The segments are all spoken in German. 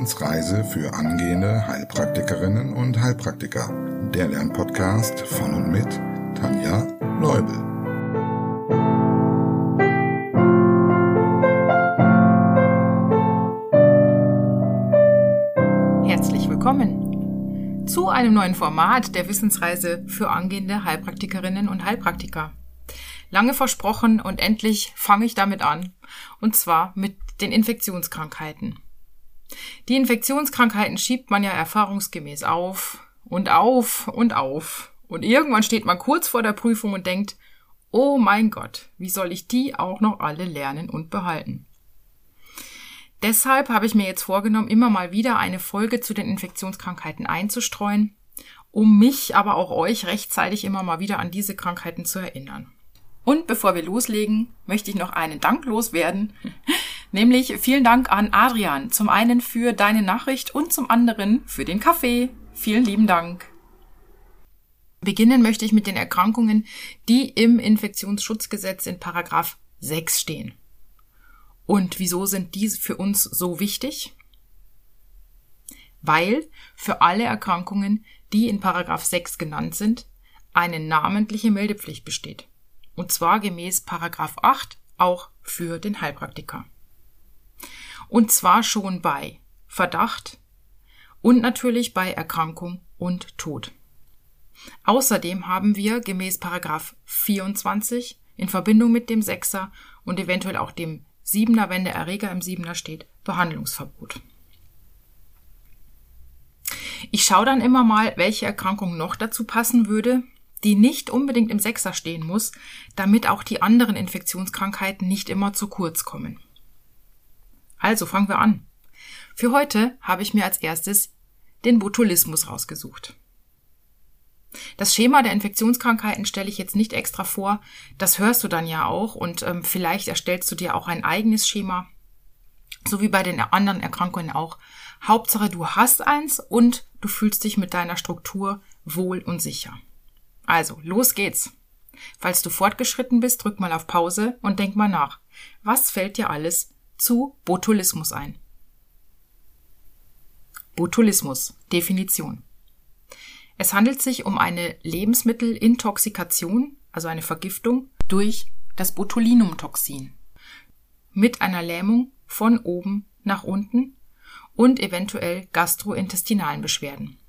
Wissensreise für angehende Heilpraktikerinnen und Heilpraktiker. Der Lernpodcast von und mit Tanja Leubel. Herzlich willkommen zu einem neuen Format der Wissensreise für angehende Heilpraktikerinnen und Heilpraktiker. Lange versprochen und endlich fange ich damit an, und zwar mit den Infektionskrankheiten. Die Infektionskrankheiten schiebt man ja erfahrungsgemäß auf und auf und auf. Und irgendwann steht man kurz vor der Prüfung und denkt, oh mein Gott, wie soll ich die auch noch alle lernen und behalten? Deshalb habe ich mir jetzt vorgenommen, immer mal wieder eine Folge zu den Infektionskrankheiten einzustreuen, um mich, aber auch euch rechtzeitig immer mal wieder an diese Krankheiten zu erinnern. Und bevor wir loslegen, möchte ich noch einen Dank loswerden. Nämlich vielen Dank an Adrian, zum einen für deine Nachricht und zum anderen für den Kaffee. Vielen lieben Dank. Beginnen möchte ich mit den Erkrankungen, die im Infektionsschutzgesetz in Paragraph 6 stehen. Und wieso sind diese für uns so wichtig? Weil für alle Erkrankungen, die in Paragraph 6 genannt sind, eine namentliche Meldepflicht besteht. Und zwar gemäß Paragraph 8 auch für den Heilpraktiker. Und zwar schon bei Verdacht und natürlich bei Erkrankung und Tod. Außerdem haben wir gemäß Paragraph 24 in Verbindung mit dem 6er und eventuell auch dem 7er, wenn der Erreger im 7er steht, Behandlungsverbot. Ich schaue dann immer mal, welche Erkrankung noch dazu passen würde, die nicht unbedingt im 6er stehen muss, damit auch die anderen Infektionskrankheiten nicht immer zu kurz kommen. Also fangen wir an. Für heute habe ich mir als erstes den Botulismus rausgesucht. Das Schema der Infektionskrankheiten stelle ich jetzt nicht extra vor, das hörst du dann ja auch und vielleicht erstellst du dir auch ein eigenes Schema, so wie bei den anderen Erkrankungen auch. Hauptsache du hast eins und du fühlst dich mit deiner Struktur wohl und sicher. Also, los geht's. Falls du fortgeschritten bist, drück mal auf Pause und denk mal nach. Was fällt dir alles zu Botulismus ein? Botulismus. Definition. Es handelt sich um eine Lebensmittelintoxikation, also eine Vergiftung, durch das Botulinumtoxin. Mit einer Lähmung von oben nach unten und eventuell gastrointestinalen Beschwerden.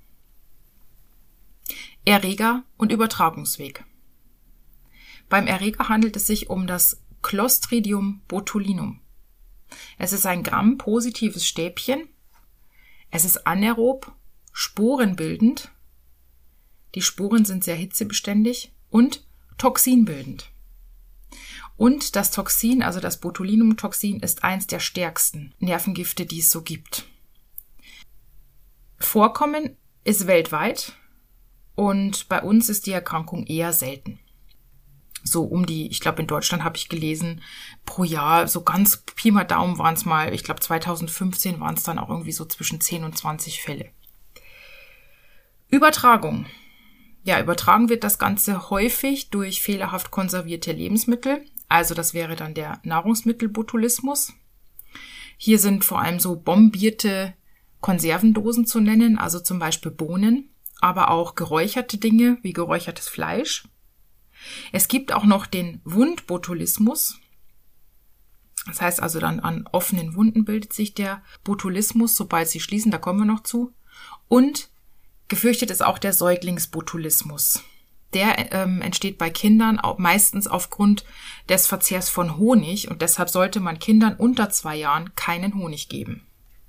Erreger und Übertragungsweg. Beim Erreger handelt es sich um das Clostridium botulinum. Es ist ein Gram-positives Stäbchen. Es ist anaerob, sporenbildend. Die Sporen sind sehr hitzebeständig und toxinbildend. Und das Toxin, also das Botulinumtoxin, ist eins der stärksten Nervengifte, die es so gibt. Vorkommen ist weltweit und bei uns ist die Erkrankung eher selten. So ich glaube in Deutschland habe ich gelesen, pro Jahr, so ganz Pi mal Daumen waren es mal, ich glaube 2015 waren es dann auch irgendwie so zwischen 10 und 20 Fälle. Übertragung. Ja, übertragen wird das Ganze häufig durch fehlerhaft konservierte Lebensmittel, also das wäre dann der Nahrungsmittelbotulismus. Hier sind vor allem so bombierte Konservendosen zu nennen, also zum Beispiel Bohnen, aber auch geräucherte Dinge wie geräuchertes Fleisch. Es gibt auch noch den Wundbotulismus. Das heißt also dann an offenen Wunden bildet sich der Botulismus, sobald sie schließen, da kommen wir noch zu. Und gefürchtet ist auch der Säuglingsbotulismus. Der entsteht bei Kindern auch meistens aufgrund des Verzehrs von Honig und deshalb sollte man Kindern unter 2 Jahren keinen Honig geben.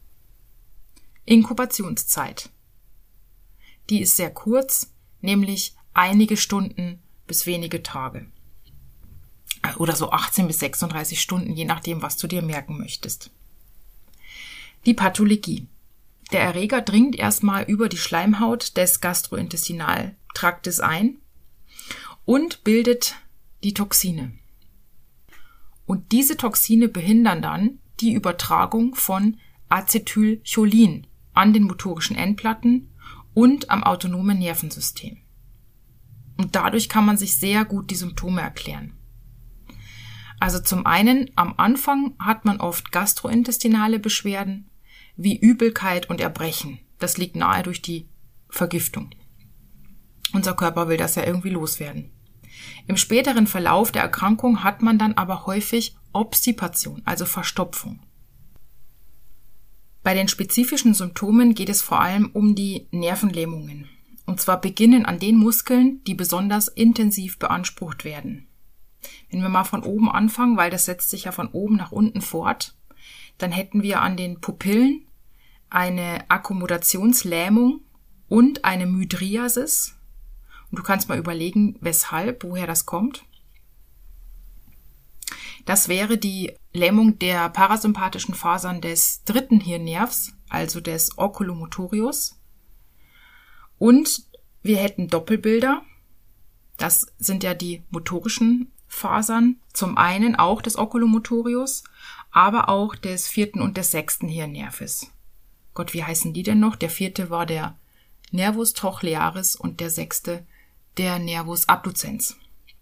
Inkubationszeit. Die ist sehr kurz, nämlich einige Stunden bis wenige Tage. Oder so 18 bis 36 Stunden, je nachdem, was du dir merken möchtest. Die Pathologie. Der Erreger dringt erstmal über die Schleimhaut des Gastrointestinaltraktes ein und bildet die Toxine. Und diese Toxine behindern dann die Übertragung von Acetylcholin an den motorischen Endplatten und am autonomen Nervensystem. Und dadurch kann man sich sehr gut die Symptome erklären. Also zum einen, am Anfang hat man oft gastrointestinale Beschwerden, wie Übelkeit und Erbrechen. Das liegt nahe durch die Vergiftung. Unser Körper will das ja irgendwie loswerden. Im späteren Verlauf der Erkrankung hat man dann aber häufig Obstipation, also Verstopfung. Bei den spezifischen Symptomen geht es vor allem um die Nervenlähmungen. Und zwar beginnen an den Muskeln, die besonders intensiv beansprucht werden. Wenn wir mal von oben anfangen, weil das setzt sich ja von oben nach unten fort, dann hätten wir an den Pupillen eine Akkommodationslähmung und eine Mydriasis. Und du kannst mal überlegen, weshalb, woher das kommt. Das wäre die Lähmung der parasympathischen Fasern des dritten Hirnnervs, also des Oculomotorius. Und wir hätten Doppelbilder. Das sind ja die motorischen Fasern, zum einen auch des Oculomotorius, aber auch des vierten und des sechsten Hirnnerves. Gott, wie heißen die denn noch? Der vierte war der Nervus trochlearis und der sechste der Nervus abducens.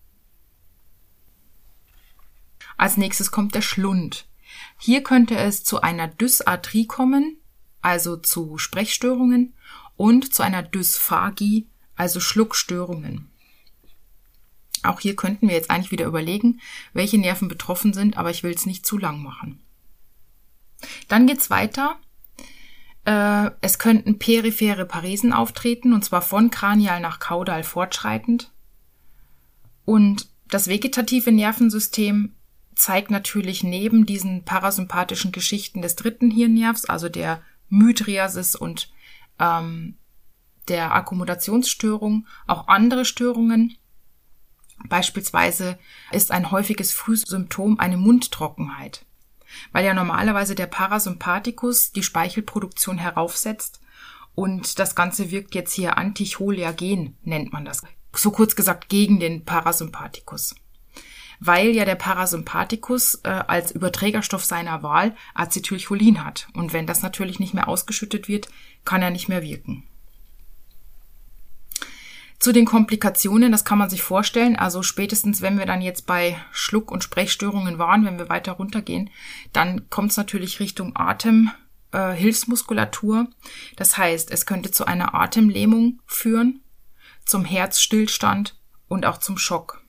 Als nächstes kommt der Schlund. Hier könnte es zu einer Dysarthrie kommen, also zu Sprechstörungen, und zu einer Dysphagie, also Schluckstörungen. Auch hier könnten wir jetzt eigentlich wieder überlegen, welche Nerven betroffen sind, aber ich will es nicht zu lang machen. Dann geht's weiter. Es könnten periphere Paresen auftreten, und zwar von kranial nach kaudal fortschreitend. Und das vegetative Nervensystem zeigt natürlich neben diesen parasympathischen Geschichten des dritten Hirnnervs, also der Mydriasis und der Akkommodationsstörung, auch andere Störungen. Beispielsweise ist ein häufiges Frühsymptom eine Mundtrockenheit, weil ja normalerweise der Parasympathikus die Speichelproduktion heraufsetzt und das Ganze wirkt jetzt hier anticholiagen, nennt man das. So kurz gesagt gegen den Parasympathikus. Weil ja der Parasympathikus als Überträgerstoff seiner Wahl Acetylcholin hat. Und wenn das natürlich nicht mehr ausgeschüttet wird, kann er nicht mehr wirken. Zu den Komplikationen, das kann man sich vorstellen, also spätestens wenn wir dann jetzt bei Schluck- und Sprechstörungen waren, wenn wir weiter runtergehen, dann kommt es natürlich Richtung Atemhilfsmuskulatur. Das heißt, es könnte zu einer Atemlähmung führen, zum Herzstillstand und auch zum Schock.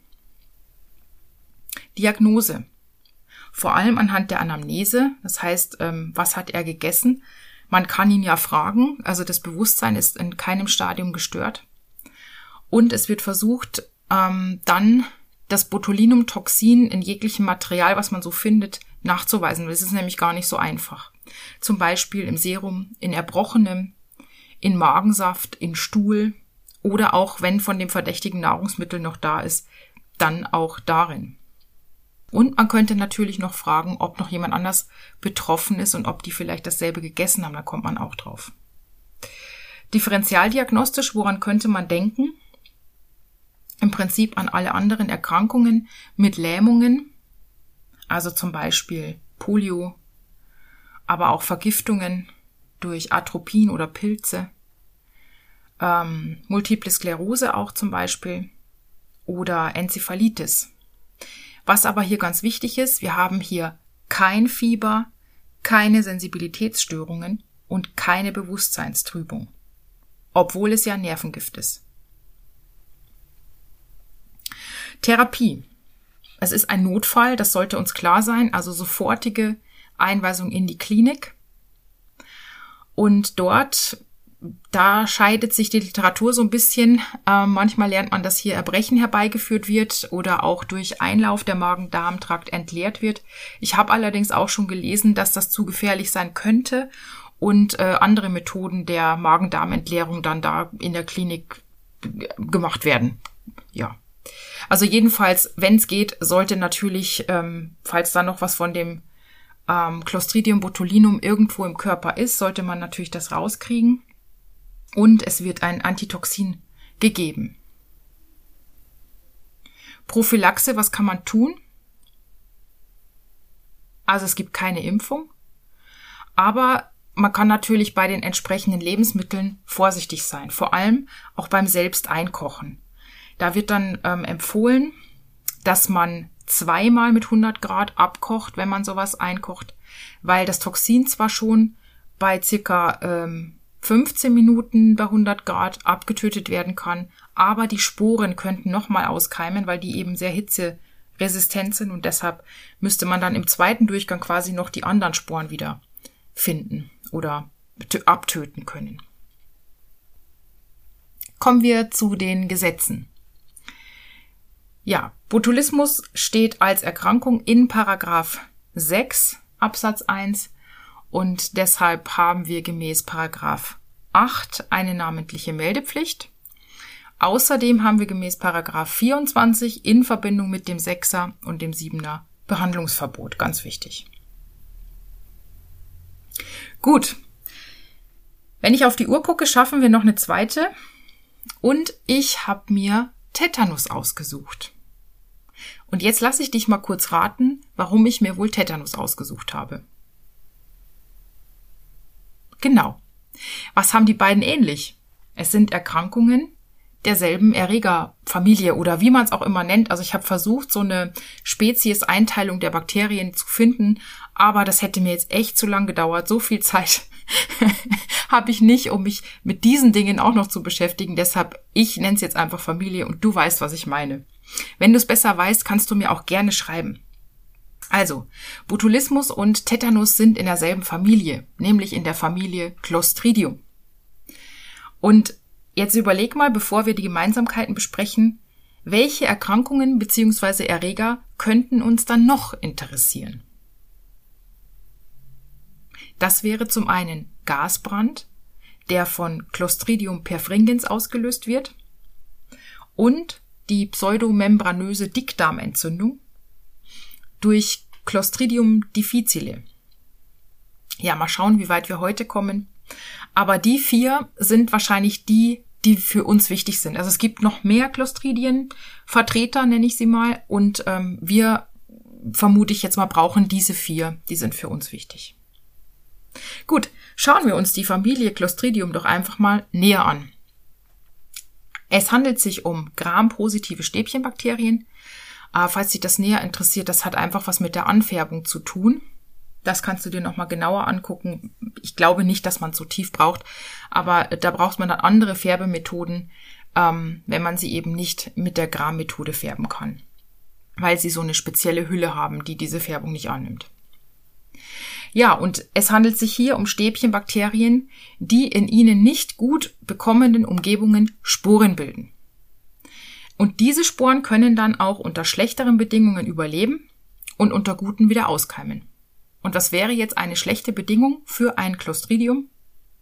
Diagnose. Vor allem anhand der Anamnese, das heißt, was hat er gegessen? Man kann ihn ja fragen, also das Bewusstsein ist in keinem Stadium gestört. Und es wird versucht, dann das Botulinumtoxin in jeglichem Material, was man so findet, nachzuweisen. Das ist nämlich gar nicht so einfach. Zum Beispiel im Serum, in Erbrochenem, in Magensaft, in Stuhl oder auch, wenn von dem verdächtigen Nahrungsmittel noch da ist, dann auch darin. Und man könnte natürlich noch fragen, ob noch jemand anders betroffen ist und ob die vielleicht dasselbe gegessen haben. Da kommt man auch drauf. Differentialdiagnostisch, woran könnte man denken? Im Prinzip an alle anderen Erkrankungen mit Lähmungen, also zum Beispiel Polio, aber auch Vergiftungen durch Atropin oder Pilze, Multiple Sklerose auch zum Beispiel oder Enzephalitis. Was aber hier ganz wichtig ist, wir haben hier kein Fieber, keine Sensibilitätsstörungen und keine Bewusstseinstrübung, obwohl es ja Nervengift ist. Therapie. Es ist ein Notfall, das sollte uns klar sein, also sofortige Einweisung in die Klinik. Und dort, da scheidet sich die Literatur so ein bisschen. Manchmal lernt man, dass hier Erbrechen herbeigeführt wird oder auch durch Einlauf der Magen-Darm-Trakt entleert wird. Ich habe allerdings auch schon gelesen, dass das zu gefährlich sein könnte und andere Methoden der Magen-Darm-Entleerung dann da in der Klinik gemacht werden. Ja. Also jedenfalls, wenn es geht, sollte natürlich, falls da noch was von dem Clostridium botulinum irgendwo im Körper ist, sollte man natürlich das rauskriegen. Und es wird ein Antitoxin gegeben. Prophylaxe, was kann man tun? Also es gibt keine Impfung, aber man kann natürlich bei den entsprechenden Lebensmitteln vorsichtig sein, vor allem auch beim Selbsteinkochen. Da wird dann empfohlen, dass man 2-mal mit 100 Grad abkocht, wenn man sowas einkocht, weil das Toxin zwar schon bei circa 15 Minuten bei 100 Grad abgetötet werden kann. Aber die Sporen könnten nochmal auskeimen, weil die eben sehr hitzeresistent sind und deshalb müsste man dann im zweiten Durchgang quasi noch die anderen Sporen wieder finden oder abtöten können. Kommen wir zu den Gesetzen. Ja, Botulismus steht als Erkrankung in Paragraph 6 Absatz 1 und deshalb haben wir gemäß Paragraph 8 eine namentliche Meldepflicht. Außerdem haben wir gemäß Paragraph 24 in Verbindung mit dem 6er und dem 7er Behandlungsverbot. Ganz wichtig. Gut. Wenn ich auf die Uhr gucke, schaffen wir noch eine zweite. Und ich habe mir Tetanus ausgesucht. Und jetzt lasse ich dich mal kurz raten, warum ich mir wohl Tetanus ausgesucht habe. Genau. Was haben die beiden ähnlich? Es sind Erkrankungen derselben Erregerfamilie oder wie man es auch immer nennt. Also ich habe versucht, so eine Spezies-Einteilung der Bakterien zu finden, aber das hätte mir jetzt echt zu lang gedauert. So viel Zeit habe ich nicht, um mich mit diesen Dingen auch noch zu beschäftigen. Deshalb, ich nenne es jetzt einfach Familie und du weißt, was ich meine. Wenn du es besser weißt, kannst du mir auch gerne schreiben. Also, Botulismus und Tetanus sind in derselben Familie, nämlich in der Familie Clostridium. Und jetzt überleg mal, bevor wir die Gemeinsamkeiten besprechen, welche Erkrankungen bzw. Erreger könnten uns dann noch interessieren? Das wäre zum einen Gasbrand, der von Clostridium perfringens ausgelöst wird, und die pseudomembranöse Dickdarmentzündung durch Clostridium difficile. Ja, mal schauen, wie weit wir heute kommen. Aber die 4 sind wahrscheinlich die für uns wichtig sind. Also es gibt noch mehr Clostridienvertreter, nenne ich sie mal, und wir, vermute ich jetzt mal, brauchen diese 4, die sind für uns wichtig. Gut, schauen wir uns die Familie Clostridium doch einfach mal näher an. Es handelt sich um Gram-positive Stäbchenbakterien. Falls dich das näher interessiert, das hat einfach was mit der Anfärbung zu tun. Das kannst du dir nochmal genauer angucken. Ich glaube nicht, dass man es so tief braucht, aber da braucht man dann andere Färbemethoden, wenn man sie eben nicht mit der Gram-Methode färben kann, weil sie so eine spezielle Hülle haben, die diese Färbung nicht annimmt. Ja, und es handelt sich hier um Stäbchenbakterien, die in ihnen nicht gut bekommenden Umgebungen Sporen bilden. Und diese Sporen können dann auch unter schlechteren Bedingungen überleben und unter guten wieder auskeimen. Und was wäre jetzt eine schlechte Bedingung für ein Clostridium?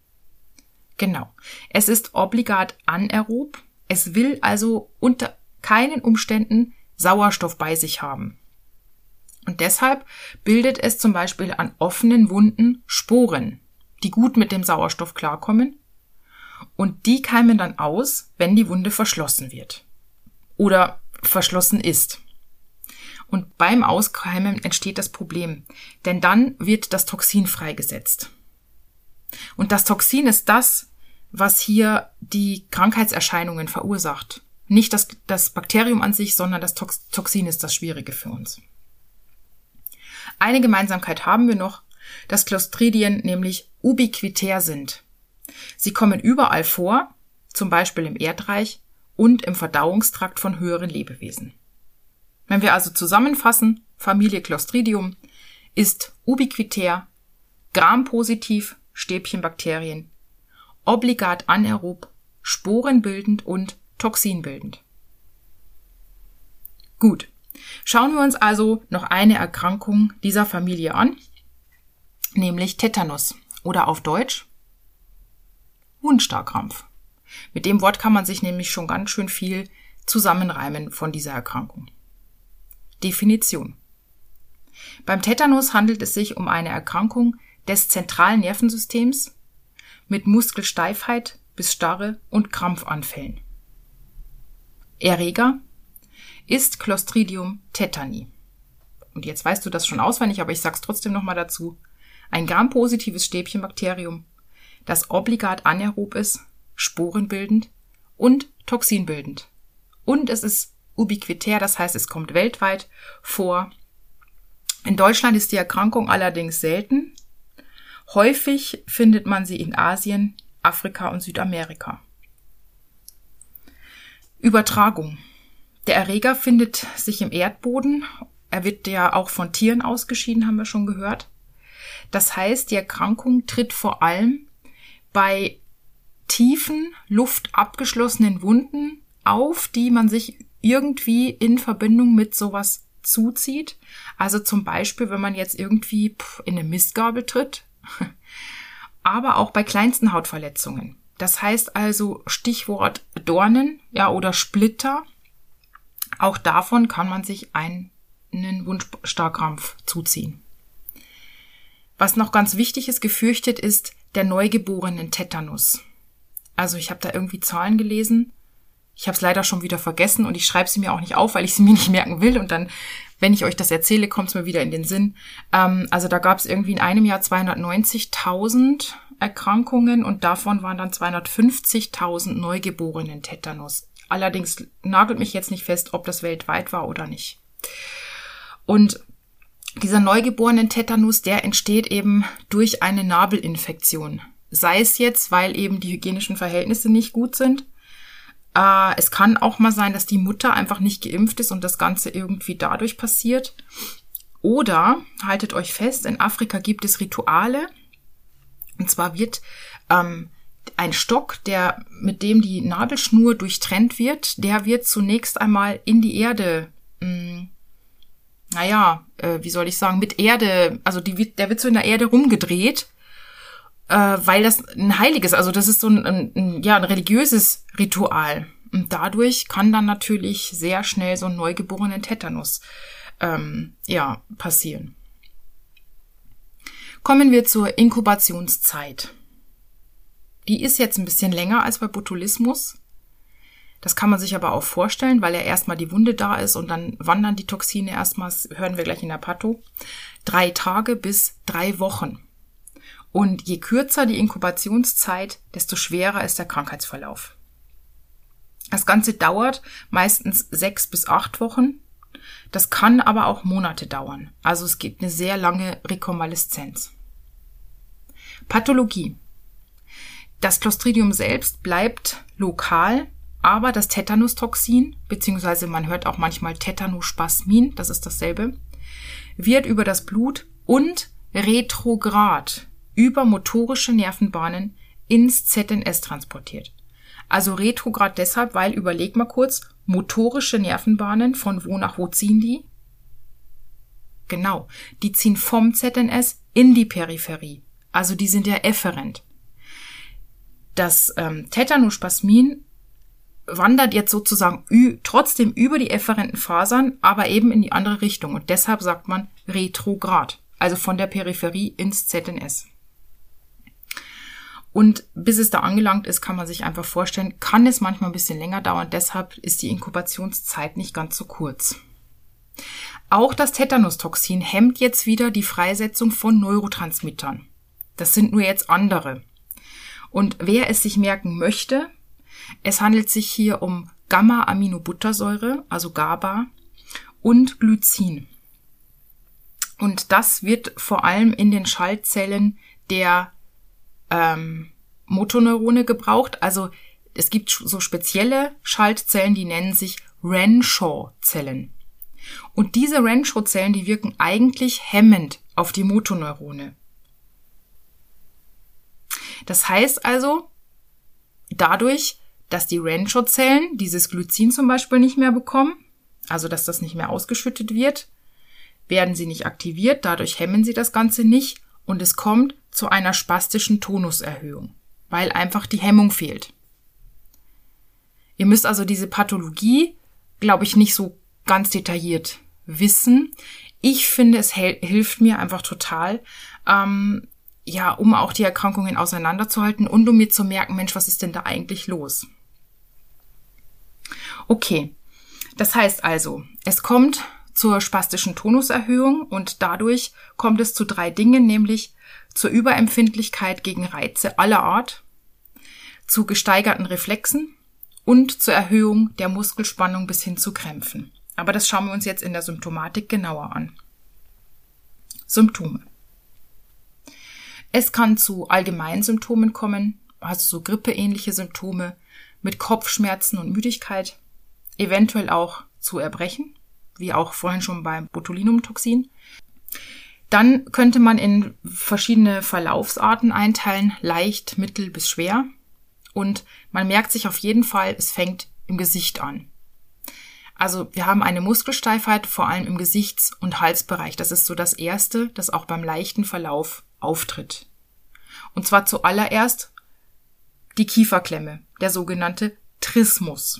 Genau, es ist obligat anaerob, es will also unter keinen Umständen Sauerstoff bei sich haben. Und deshalb bildet es zum Beispiel an offenen Wunden Sporen, die gut mit dem Sauerstoff klarkommen, und die keimen dann aus, wenn die Wunde verschlossen wird oder verschlossen ist. Und beim Auskeimen entsteht das Problem, denn dann wird das Toxin freigesetzt. Und das Toxin ist das, was hier die Krankheitserscheinungen verursacht. Nicht das Bakterium an sich, sondern das Toxin ist das Schwierige für uns. Eine Gemeinsamkeit haben wir noch, dass Clostridien nämlich ubiquitär sind. Sie kommen überall vor, zum Beispiel im Erdreich und im Verdauungstrakt von höheren Lebewesen. Wenn wir also zusammenfassen, Familie Clostridium ist ubiquitär, Gram-positiv, Stäbchenbakterien, obligat anaerob, sporenbildend und toxinbildend. Gut. Schauen wir uns also noch eine Erkrankung dieser Familie an, nämlich Tetanus oder auf Deutsch Wundstarkrampf. Mit dem Wort kann man sich nämlich schon ganz schön viel zusammenreimen von dieser Erkrankung. Definition. Beim Tetanus handelt es sich um eine Erkrankung des zentralen Nervensystems mit Muskelsteifheit bis Starre und Krampfanfällen. Erreger ist Clostridium tetani. Und jetzt weißt du das schon auswendig, aber ich sag's trotzdem nochmal dazu. Ein Gram-positives Stäbchenbakterium, das obligat anaerob ist, sporenbildend und toxinbildend. Und es ist ubiquitär, das heißt, es kommt weltweit vor. In Deutschland ist die Erkrankung allerdings selten. Häufig findet man sie in Asien, Afrika und Südamerika. Übertragung. Der Erreger findet sich im Erdboden. Er wird ja auch von Tieren ausgeschieden, haben wir schon gehört. Das heißt, die Erkrankung tritt vor allem bei tiefen, luftabgeschlossenen Wunden auf, die man sich irgendwie in Verbindung mit sowas zuzieht. Also zum Beispiel, wenn man jetzt irgendwie in eine Mistgabel tritt, aber auch bei kleinsten Hautverletzungen. Das heißt also Stichwort Dornen, ja, oder Splitter. Auch davon kann man sich einen Wundstarkrampf zuziehen. Was noch ganz wichtig ist, gefürchtet ist der neugeborenen Tetanus. Also ich habe da irgendwie Zahlen gelesen. Ich habe es leider schon wieder vergessen und ich schreibe sie mir auch nicht auf, weil ich sie mir nicht merken will. Und dann, wenn ich euch das erzähle, kommt es mir wieder in den Sinn. Also da gab es irgendwie in einem Jahr 290.000 Erkrankungen und davon waren dann 250.000 neugeborenen Tetanus. Allerdings nagelt mich jetzt nicht fest, ob das weltweit war oder nicht. Und dieser neugeborenen Tetanus, der entsteht eben durch eine Nabelinfektion. Sei es jetzt, weil eben die hygienischen Verhältnisse nicht gut sind. Es kann auch mal sein, dass die Mutter einfach nicht geimpft ist und das Ganze irgendwie dadurch passiert. Oder, haltet euch fest, in Afrika gibt es Rituale. Und zwar wird ein Stock, mit dem die Nabelschnur durchtrennt wird, der wird zunächst einmal in die Erde, mit Erde, also der wird so in der Erde rumgedreht, weil das ein heiliges, also das ist so ein religiöses Ritual. Und dadurch kann dann natürlich sehr schnell so ein neugeborenen Tetanus passieren. Kommen wir zur Inkubationszeit. Die ist jetzt ein bisschen länger als bei Botulismus. Das kann man sich aber auch vorstellen, weil ja erstmal die Wunde da ist und dann wandern die Toxine erstmal, das hören wir gleich in der Patho, 3 Tage bis 3 Wochen. Und je kürzer die Inkubationszeit, desto schwerer ist der Krankheitsverlauf. Das Ganze dauert meistens 6 bis 8 Wochen. Das kann aber auch Monate dauern. Also es gibt eine sehr lange Rekonvaleszenz. Pathologie. Das Clostridium selbst bleibt lokal, aber das Tetanustoxin, beziehungsweise man hört auch manchmal Tetanospasmin, das ist dasselbe, wird über das Blut und retrograd über motorische Nervenbahnen ins ZNS transportiert. Also retrograd deshalb, weil, überleg mal kurz, motorische Nervenbahnen, von wo nach wo ziehen die? Genau, die ziehen vom ZNS in die Peripherie. Also die sind ja efferent. Das Tetanospasmin wandert jetzt sozusagen trotzdem über die efferenten Fasern, aber eben in die andere Richtung. Und deshalb sagt man retrograd, also von der Peripherie ins ZNS. Und bis es da angelangt ist, kann man sich einfach vorstellen, kann es manchmal ein bisschen länger dauern. Deshalb ist die Inkubationszeit nicht ganz so kurz. Auch das Tetanustoxin hemmt jetzt wieder die Freisetzung von Neurotransmittern. Das sind nur jetzt andere. Und wer es sich merken möchte, es handelt sich hier um Gamma-Aminobuttersäure, also GABA, und Glycin. Und das wird vor allem in den Schaltzellen der Motoneurone gebraucht. Also es gibt so spezielle Schaltzellen, die nennen sich Renshaw-Zellen. Und diese Renshaw-Zellen, die wirken eigentlich hemmend auf die Motoneurone. Das heißt also, dadurch, dass die Renshaw-Zellen dieses Glycin zum Beispiel nicht mehr bekommen, also dass das nicht mehr ausgeschüttet wird, werden sie nicht aktiviert, dadurch hemmen sie das Ganze nicht und es kommt zu einer spastischen Tonuserhöhung, weil einfach die Hemmung fehlt. Ihr müsst also diese Pathologie, glaube ich, nicht so ganz detailliert wissen. Ich finde, es hilft mir einfach total, um auch die Erkrankungen auseinanderzuhalten und um mir zu merken, Mensch, was ist denn da eigentlich los? Okay, das heißt also, es kommt zur spastischen Tonuserhöhung und dadurch kommt es zu 3 Dingen, nämlich zur Überempfindlichkeit gegen Reize aller Art, zu gesteigerten Reflexen und zur Erhöhung der Muskelspannung bis hin zu Krämpfen. Aber das schauen wir uns jetzt in der Symptomatik genauer an. Symptome. Es kann zu allgemeinen Symptomen kommen, also so grippeähnliche Symptome mit Kopfschmerzen und Müdigkeit, eventuell auch zu Erbrechen, wie auch vorhin schon beim Botulinumtoxin. Dann könnte man in verschiedene Verlaufsarten einteilen, leicht, mittel bis schwer. Und man merkt sich auf jeden Fall, es fängt im Gesicht an. Also wir haben eine Muskelsteifheit, vor allem im Gesichts- und Halsbereich. Das ist so das Erste, das auch beim leichten Verlauf auftritt. Und zwar zuallererst die Kieferklemme, der sogenannte Trismus.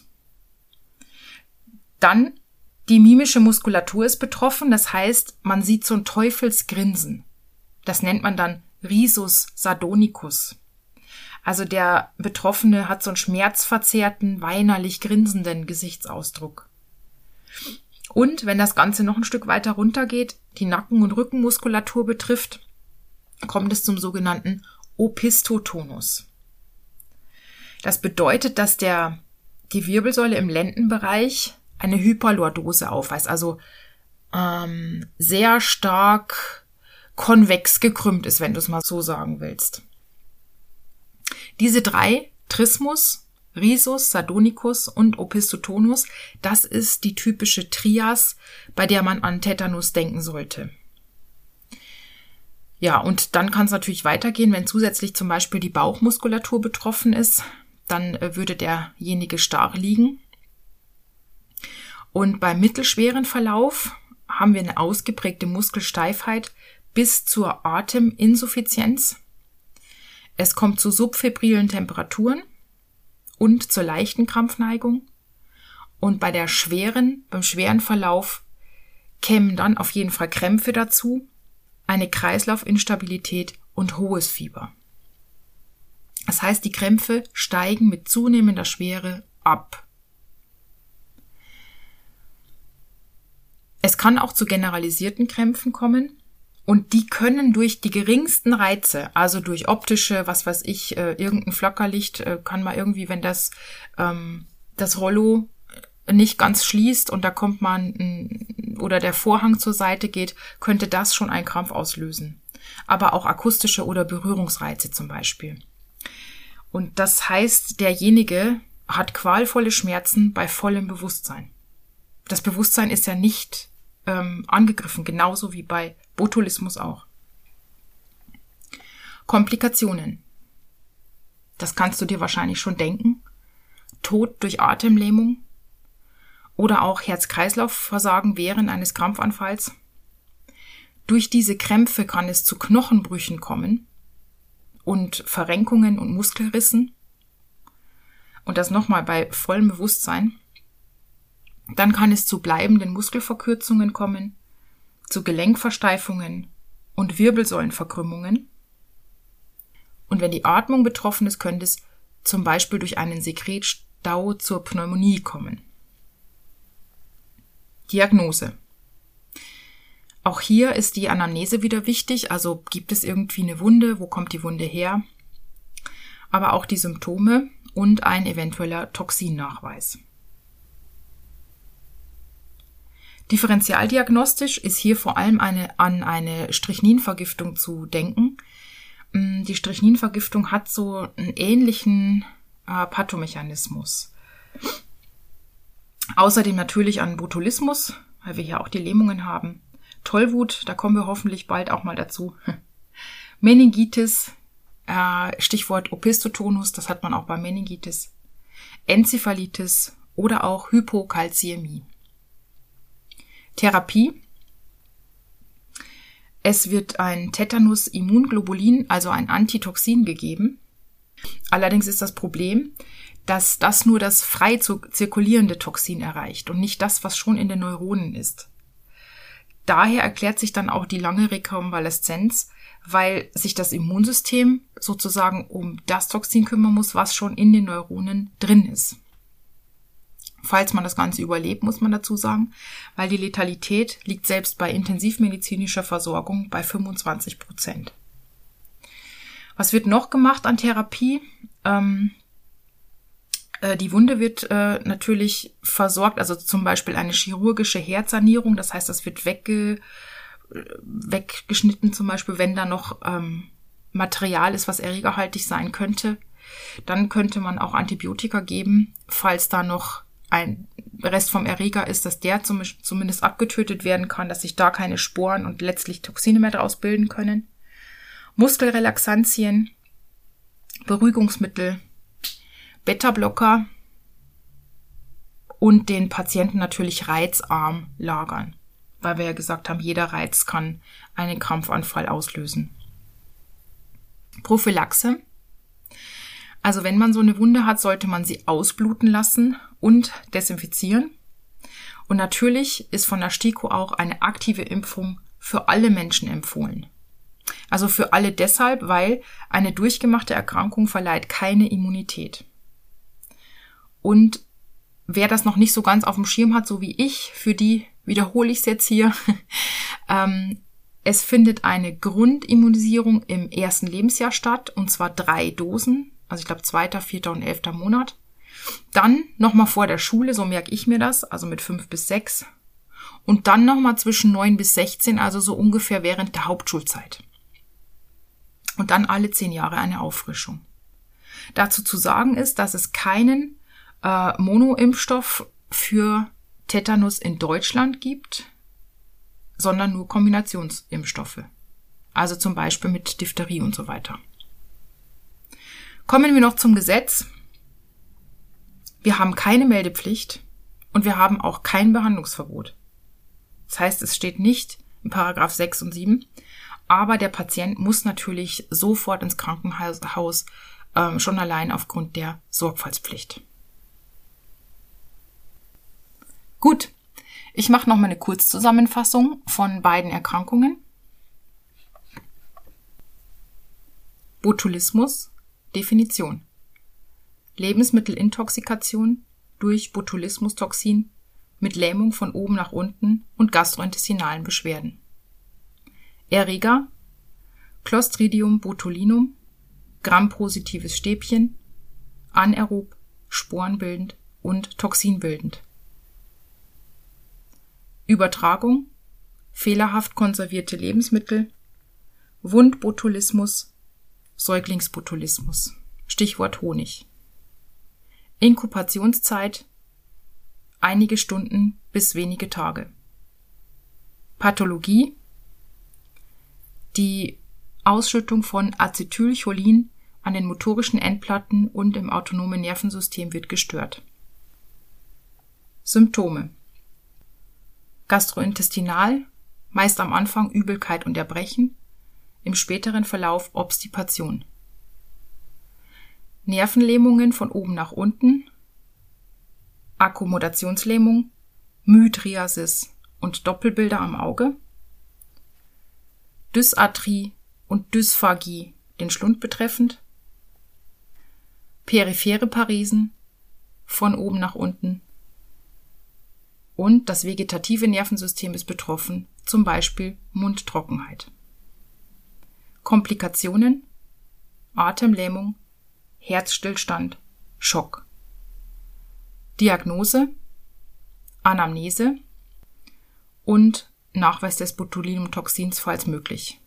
Dann die mimische Muskulatur ist betroffen, das heißt, man sieht so ein Teufelsgrinsen. Das nennt man dann Risus sardonicus. Also der Betroffene hat so einen schmerzverzerrten, weinerlich grinsenden Gesichtsausdruck. Und wenn das Ganze noch ein Stück weiter runtergeht, die Nacken- und Rückenmuskulatur betrifft, kommt es zum sogenannten Opistotonus. Das bedeutet, dass die Wirbelsäule im Lendenbereich eine Hyperlordose aufweist, also sehr stark konvex gekrümmt ist, wenn du es mal so sagen willst. Diese 3, Trismus, Risus, sardonicus und Opistotonus, das ist die typische Trias, bei der man an Tetanus denken sollte. Ja, und dann kann es natürlich weitergehen, wenn zusätzlich zum Beispiel die Bauchmuskulatur betroffen ist, dann würde derjenige starr liegen. Und beim mittelschweren Verlauf haben wir eine ausgeprägte Muskelsteifheit bis zur Ateminsuffizienz. Es kommt zu subfebrilen Temperaturen und zur leichten Krampfneigung. Und beim schweren Verlauf kämen dann auf jeden Fall Krämpfe dazu, eine Kreislaufinstabilität und hohes Fieber. Das heißt, die Krämpfe steigen mit zunehmender Schwere ab. Es kann auch zu generalisierten Krämpfen kommen und die können durch die geringsten Reize, also durch optische, was weiß ich, irgendein Flackerlicht, kann man irgendwie, wenn das Rollo nicht ganz schließt und da kommt oder der Vorhang zur Seite geht, könnte das schon einen Krampf auslösen. Aber auch akustische oder Berührungsreize zum Beispiel. Und das heißt, derjenige hat qualvolle Schmerzen bei vollem Bewusstsein. Das Bewusstsein ist ja nicht angegriffen, genauso wie bei Botulismus auch. Komplikationen. Das kannst du dir wahrscheinlich schon denken. Tod durch Atemlähmung oder auch Herz-Kreislauf-Versagen während eines Krampfanfalls. Durch diese Krämpfe kann es zu Knochenbrüchen kommen und Verrenkungen und Muskelrissen. Und das nochmal bei vollem Bewusstsein. Dann kann es zu bleibenden Muskelverkürzungen kommen, zu Gelenkversteifungen und Wirbelsäulenverkrümmungen. Und wenn die Atmung betroffen ist, könnte es zum Beispiel durch einen Sekretstau zur Pneumonie kommen. Diagnose. Auch hier ist die Anamnese wieder wichtig, also gibt es irgendwie eine Wunde, wo kommt die Wunde her? Aber auch die Symptome und ein eventueller Toxinnachweis. Differentialdiagnostisch ist hier vor allem an eine Strychninvergiftung zu denken. Die Strychninvergiftung hat so einen ähnlichen Pathomechanismus. Außerdem natürlich an Botulismus, weil wir hier auch die Lähmungen haben. Tollwut, da kommen wir hoffentlich bald auch mal dazu. Meningitis, Stichwort Opistotonus, das hat man auch bei Meningitis. Enzephalitis oder auch Hypokalzämie. Therapie. Es wird ein Tetanus-Immunglobulin, also ein Antitoxin, gegeben. Allerdings ist das Problem, dass das nur das frei zirkulierende Toxin erreicht und nicht das, was schon in den Neuronen ist. Daher erklärt sich dann auch die lange Rekonvaleszenz, weil sich das Immunsystem sozusagen um das Toxin kümmern muss, was schon in den Neuronen drin ist. Falls man das Ganze überlebt, muss man dazu sagen, weil die Letalität liegt selbst bei intensivmedizinischer Versorgung bei 25%. Was wird noch gemacht an Therapie? Die Wunde wird natürlich versorgt, also zum Beispiel eine chirurgische Herzsanierung, das heißt, das wird weggeschnitten, zum Beispiel, wenn da noch Material ist, was erregerhaltig sein könnte, dann könnte man auch Antibiotika geben, falls da noch ein Rest vom Erreger ist, dass der zumindest abgetötet werden kann, dass sich da keine Sporen und letztlich Toxine mehr draus bilden können. Muskelrelaxantien, Beruhigungsmittel, Beta-Blocker und den Patienten natürlich reizarm lagern, weil wir ja gesagt haben, jeder Reiz kann einen Krampfanfall auslösen. Prophylaxe. Also wenn man so eine Wunde hat, sollte man sie ausbluten lassen und desinfizieren. Und natürlich ist von der STIKO auch eine aktive Impfung für alle Menschen empfohlen. Also für alle deshalb, weil eine durchgemachte Erkrankung verleiht keine Immunität. Und wer das noch nicht so ganz auf dem Schirm hat, so wie ich, für die wiederhole ich es jetzt hier, es findet eine Grundimmunisierung im ersten Lebensjahr statt, und zwar 3 Dosen, also ich glaube 2., 4. und 11. Monat. Dann nochmal vor der Schule, so merke ich mir das, also mit 5 bis 6. Und dann nochmal zwischen 9 bis 16, also so ungefähr während der Hauptschulzeit. Und dann alle 10 Jahre eine Auffrischung. Dazu zu sagen ist, dass es keinen Monoimpfstoff für Tetanus in Deutschland gibt, sondern nur Kombinationsimpfstoffe. Also zum Beispiel mit Diphtherie und so weiter. Kommen wir noch zum Gesetz. Wir haben keine Meldepflicht und wir haben auch kein Behandlungsverbot. Das heißt, es steht nicht in Paragraph 6 und 7, aber der Patient muss natürlich sofort ins Krankenhaus, schon allein aufgrund der Sorgfaltspflicht. Gut, ich mache noch mal eine Kurzzusammenfassung von beiden Erkrankungen. Botulismus, Definition. Lebensmittelintoxikation durch Botulismustoxin mit Lähmung von oben nach unten und gastrointestinalen Beschwerden. Erreger: Clostridium botulinum, Gram-positives Stäbchen, anaerob, sporenbildend und toxinbildend. Übertragung: fehlerhaft konservierte Lebensmittel, Wundbotulismus, Säuglingsbotulismus. Stichwort Honig. Inkubationszeit: einige Stunden bis wenige Tage. Pathologie: die Ausschüttung von Acetylcholin an den motorischen Endplatten und im autonomen Nervensystem wird gestört. Symptome: gastrointestinal, meist am Anfang Übelkeit und Erbrechen, im späteren Verlauf Obstipation. Nervenlähmungen von oben nach unten, Akkommodationslähmung, Mydriasis und Doppelbilder am Auge, Dysarthrie und Dysphagie, den Schlund betreffend, periphere Paresen von oben nach unten und das vegetative Nervensystem ist betroffen, zum Beispiel Mundtrockenheit. Komplikationen: Atemlähmung, Herzstillstand, Schock. Diagnose: Anamnese und Nachweis des Botulinumtoxins, falls möglich.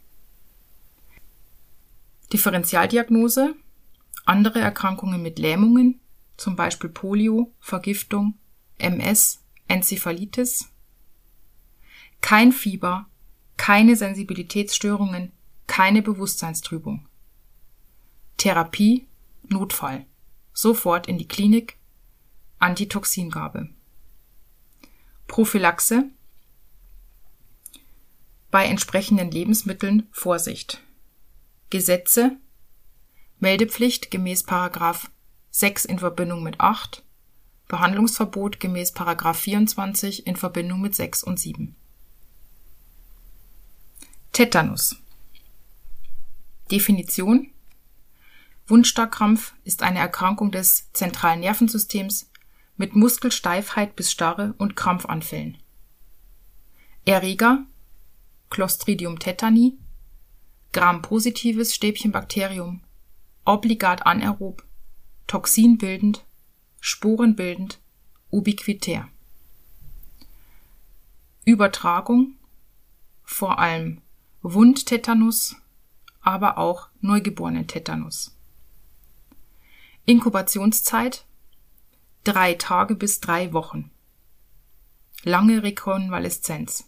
Differentialdiagnose: andere Erkrankungen mit Lähmungen, zum Beispiel Polio, Vergiftung, MS, Enzephalitis. Kein Fieber, keine Sensibilitätsstörungen, keine Bewusstseinstrübung. Therapie: Notfall. Sofort in die Klinik. Antitoxingabe. Prophylaxe: bei entsprechenden Lebensmitteln Vorsicht. Gesetze: Meldepflicht gemäß § 6 in Verbindung mit 8, Behandlungsverbot gemäß § 24 in Verbindung mit 6 und 7. Tetanus. Definition: Wundstarkrampf ist eine Erkrankung des zentralen Nervensystems mit Muskelsteifheit bis Starre und Krampfanfällen. Erreger: Clostridium tetani, Gram-positives Stäbchenbakterium, obligat anaerob, toxinbildend, sporenbildend, ubiquitär. Übertragung: vor allem Wundtetanus, aber auch Neugeborenen-Tetanus. Inkubationszeit 3 Tage bis 3 Wochen. Lange Rekonvaleszenz.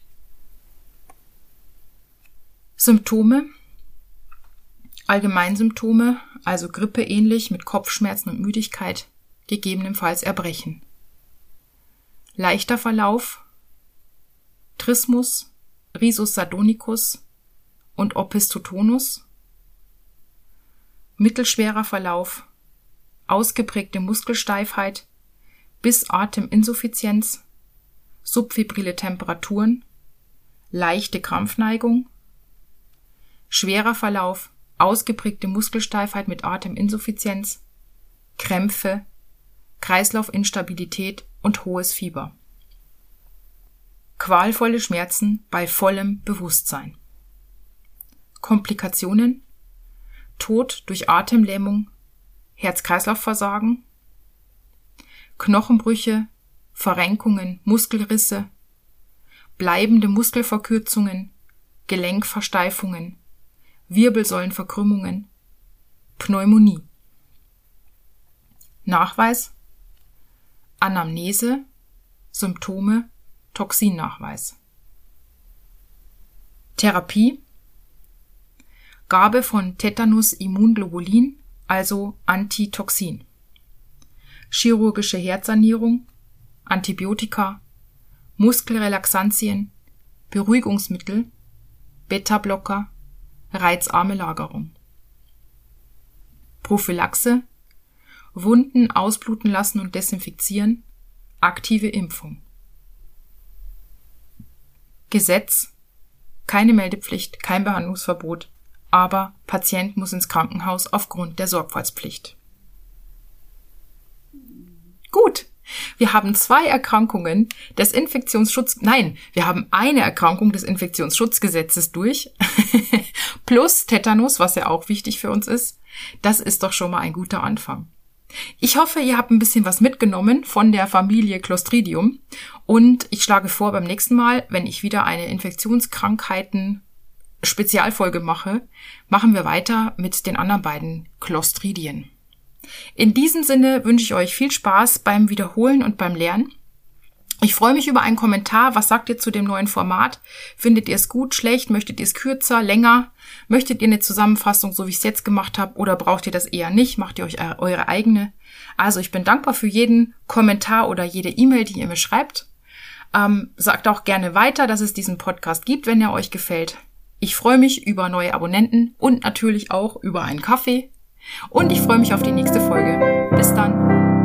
Symptome. Allgemeinsymptome, also grippeähnlich mit Kopfschmerzen und Müdigkeit, gegebenenfalls Erbrechen. Leichter Verlauf, Trismus, Rhizus sardonicus und Opisthotonus. Mittelschwerer Verlauf, ausgeprägte Muskelsteifheit bis Ateminsuffizienz, subfebrile Temperaturen, leichte Krampfneigung. Schwerer Verlauf, ausgeprägte Muskelsteifheit mit Ateminsuffizienz, Krämpfe, Kreislaufinstabilität und hohes Fieber. Qualvolle Schmerzen bei vollem Bewusstsein. Komplikationen: Tod durch Atemlähmung, Herz-Kreislauf-Versagen, Knochenbrüche, Verrenkungen, Muskelrisse, bleibende Muskelverkürzungen, Gelenkversteifungen, Wirbelsäulenverkrümmungen, Pneumonie. Nachweis: Anamnese, Symptome, Toxinnachweis. Therapie: Gabe von Tetanus-Immunglobulin, also Antitoxin. Chirurgische Herzsanierung, Antibiotika, Muskelrelaxantien, Beruhigungsmittel, Beta-Blocker, reizarme Lagerung. Prophylaxe: Wunden ausbluten lassen und desinfizieren, aktive Impfung. Gesetz: keine Meldepflicht, kein Behandlungsverbot, aber Patient muss ins Krankenhaus aufgrund der Sorgfaltspflicht. Gut, wir haben 2 Erkrankungen des wir haben eine Erkrankung des Infektionsschutzgesetzes durch, plus Tetanus, was ja auch wichtig für uns ist. Das ist doch schon mal ein guter Anfang. Ich hoffe, ihr habt ein bisschen was mitgenommen von der Familie Clostridium und ich schlage vor, beim nächsten Mal, wenn ich wieder eine Infektionskrankheiten-Spezialfolge mache, machen wir weiter mit den anderen beiden Clostridien. In diesem Sinne wünsche ich euch viel Spaß beim Wiederholen und beim Lernen. Ich freue mich über einen Kommentar. Was sagt ihr zu dem neuen Format? Findet ihr es gut, schlecht? Möchtet ihr es kürzer, länger? Möchtet ihr eine Zusammenfassung, so wie ich es jetzt gemacht habe? Oder braucht ihr das eher nicht? Macht ihr euch eure eigene? Also ich bin dankbar für jeden Kommentar oder jede E-Mail, die ihr mir schreibt. Sagt auch gerne weiter, dass es diesen Podcast gibt, wenn er euch gefällt. Ich freue mich über neue Abonnenten und natürlich auch über einen Kaffee. Und ich freue mich auf die nächste Folge. Bis dann.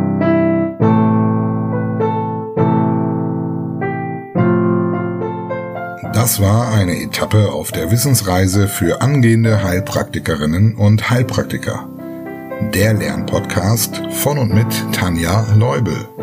Das war eine Etappe auf der Wissensreise für angehende Heilpraktikerinnen und Heilpraktiker. Der Lernpodcast von und mit Tanja Leubel.